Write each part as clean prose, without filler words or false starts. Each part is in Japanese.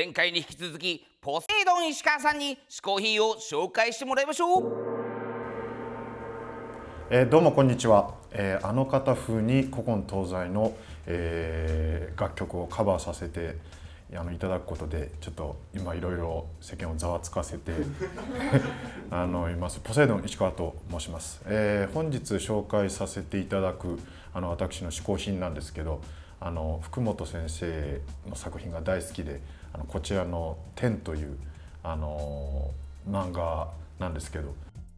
前回に引き続きポセイドン石川さんに嗜好品を紹介してもらいましょう。 どうもこんにちは。あの方風に古今東西の、楽曲をカバーさせていただくことでちょっと今いろいろ世間をざわつかせていますポセイドン石川と申します。本日紹介させていただく私の嗜好品なんですけど、福本先生の作品が大好きで、こちらの「天」という漫画なんですけど、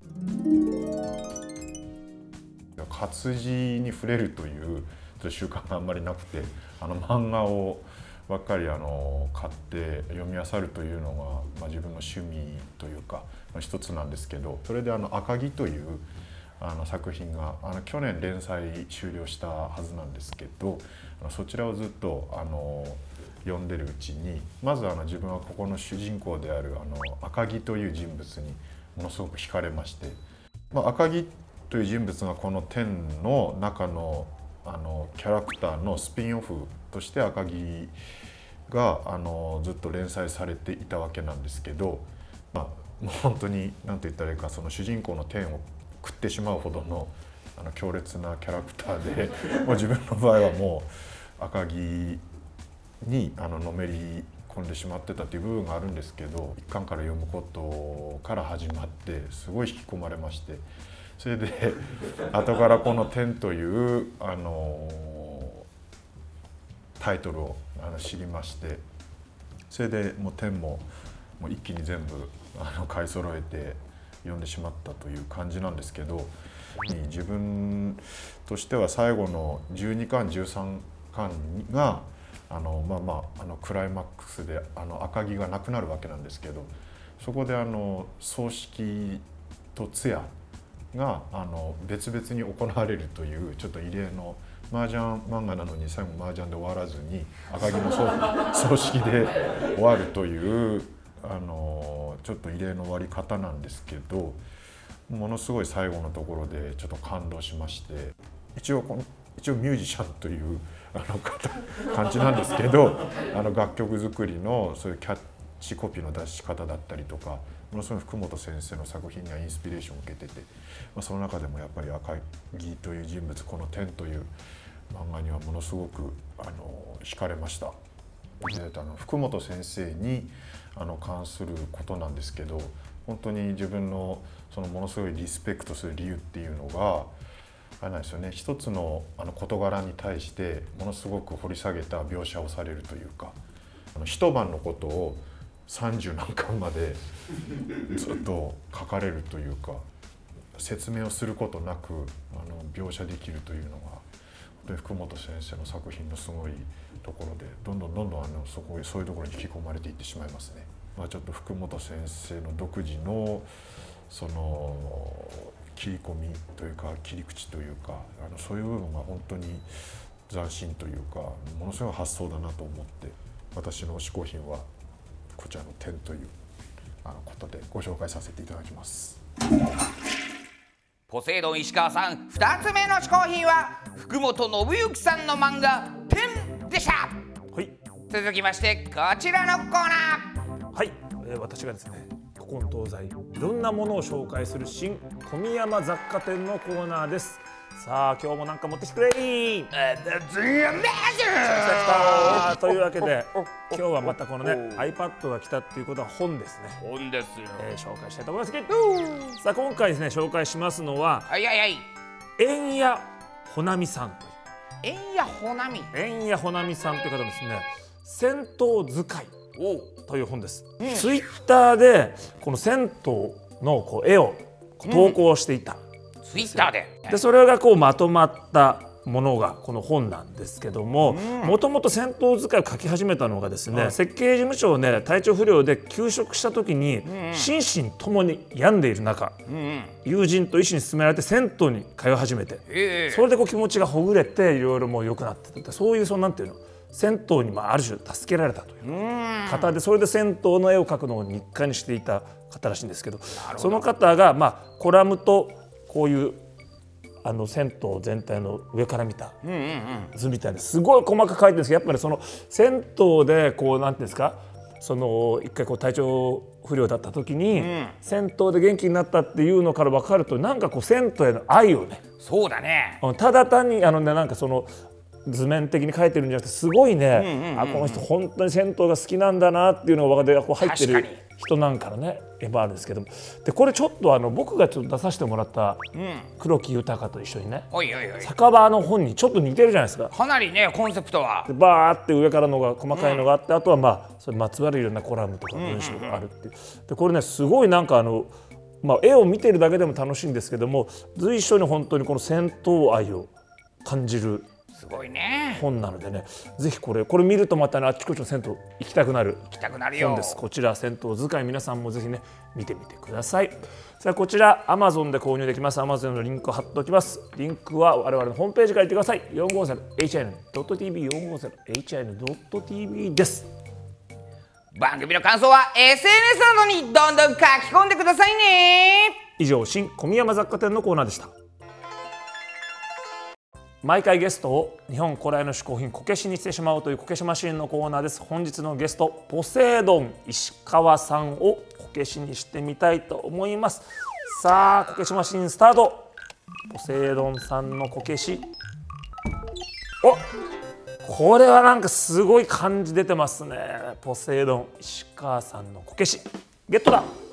活字に触れるという習慣があんまりなくて、漫画をばっかり買って読み漁るというのが、自分の趣味というか一つなんですけど、それで赤城という作品が去年連載終了したはずなんですけど、そちらをずっと読んでるうちに、まず自分はここの主人公である赤城という人物にものすごく惹かれまして、赤城という人物がこの天の中のキャラクターのスピンオフとして赤城がずっと連載されていたわけなんですけど、もう本当に何と言ったらいいか、その主人公の天を食ってしまうほどの強烈なキャラクターでもう自分の場合はもう赤城にのめり込んでしまってたという部分があるんですけど、一巻から読むことから始まってすごい引き込まれまして、それで後からこの「天」というタイトルを知りまして、それでもう「天」も一気に全部買い揃えて読んでしまったという感じなんですけど、自分としては最後の12巻13巻がクライマックスで赤城がなくなるわけなんですけど、そこで葬式と通夜が別々に行われるというちょっと異例の、麻雀漫画なのに最後麻雀で終わらずに赤城の葬式で終わるというちょっと異例の終わり方なんですけど、ものすごい最後のところでちょっと感動しまして、一応ミュージシャンという感じなんですけど、楽曲作りのそういうキャッチコピーの出し方だったりとか、ものすごい福本先生の作品にはインスピレーションを受けてて、その中でもやっぱり赤城という人物、この「天」という漫画にはものすごく惹かれました。で福本先生に関することなんですけど、本当に自分のそのものすごいリスペクトする理由っていうのがあれなんですよね。一つの事柄に対してものすごく掘り下げた描写をされるというか、一晩のことを30何巻までずっと書かれるというか、説明をすることなく描写できるというのが本当に福本先生の作品のすごいところで、どんどんそういうところに引き込まれていってしまいますね。ちょっと福本先生の独自のその切り込みというか切り口というか、そういう部分が本当に斬新というか、ものすごい発想だなと思って、私の嗜好品はこちらの「天」ということでご紹介させていただきます。 ポセイドン石川さん、2つ目の嗜好品は福本信之さんの漫画「天」でした。 はい、 続きましてこちらのコーナー。 はい、私がですね、古今東西いろんなものを紹介する新小宮山雑貨店のコーナーです。さあ今日もなんか持ってきてくれー。というわけで今日はまたこのね iPad が来たっていうことは本ですね。 本ですよ。 紹介したいと思いますけど、さあ今回ですね紹介しますのは円谷ほなみさん。 円谷ほなみ。 円谷ほなみさんという方ですね、銭湯使いという本です。ツイッターでこの銭湯の絵を投稿していた。 ツイッターでそれがまとまったものがこの本なんですけども、もともと銭湯使いを書き始めたのがですね、設計事務所をね体調不良で休職した時に心身ともに病んでいる中、友人と医師に勧められて銭湯に通い始めて、それで気持ちがほぐれていろいろもう良くなってて、そういうなんていうの、銭湯にある種助けられたという方で、それで銭湯の絵を描くのを日課にしていた方らしいんですけど、その方がコラムとこういう銭湯全体の上から見た図みたいですごい細かく描いてるんですけど、やっぱりその銭湯でなんていうんですか、 その一回こう体調不良だった時に、銭湯で元気になったっていうのから分かると、なんかこう銭湯への愛をね、 そうだね。 ただ単になんかその図面的に書いてるんじゃなくて、すごいね、この人本当に銭湯が好きなんだなっていうのが分かって、こう入ってる人なんかのね絵もあるんですけども、でこれちょっと僕がちょっと出させてもらった黒木豊と一緒にね、 おいおいおい、 酒場の本にちょっと似てるじゃないですか。 かなりねコンセプトはでバーって上からのが細かいのがあって、あとはまあそれにまつわるいろんなコラムとか文章があるっていう。でこれねすごいなんか絵を見てるだけでも楽しいんですけども、随所に本当にこの銭湯愛を感じるすごいね。 本なのでね、ぜひこれ見るとまたね、あっちこっちの銭湯行きたくなるよ本です。こちら銭湯図鑑、皆さんもぜひね見てみてください。さあこちら Amazon で購入できます。 Amazon のリンクを貼っておきます。リンクは我々のホームページから行ってください。 450hin.tv 450hin.tv です。 番組の感想は SNS などにどんどん書き込んでくださいね。 以上、新小宮山雑貨店のコーナーでした。毎回ゲストを日本古来の嗜好品こけしにしてしまおうというこけしマシンのコーナーです。本日のゲストポセイドン石川さんをこけしにしてみたいと思います。さあこけしマシンスタート。ポセイドンさんのこけし、これはなんかすごい感じ出てますね。ポセイドン石川さんのこけしゲットだ。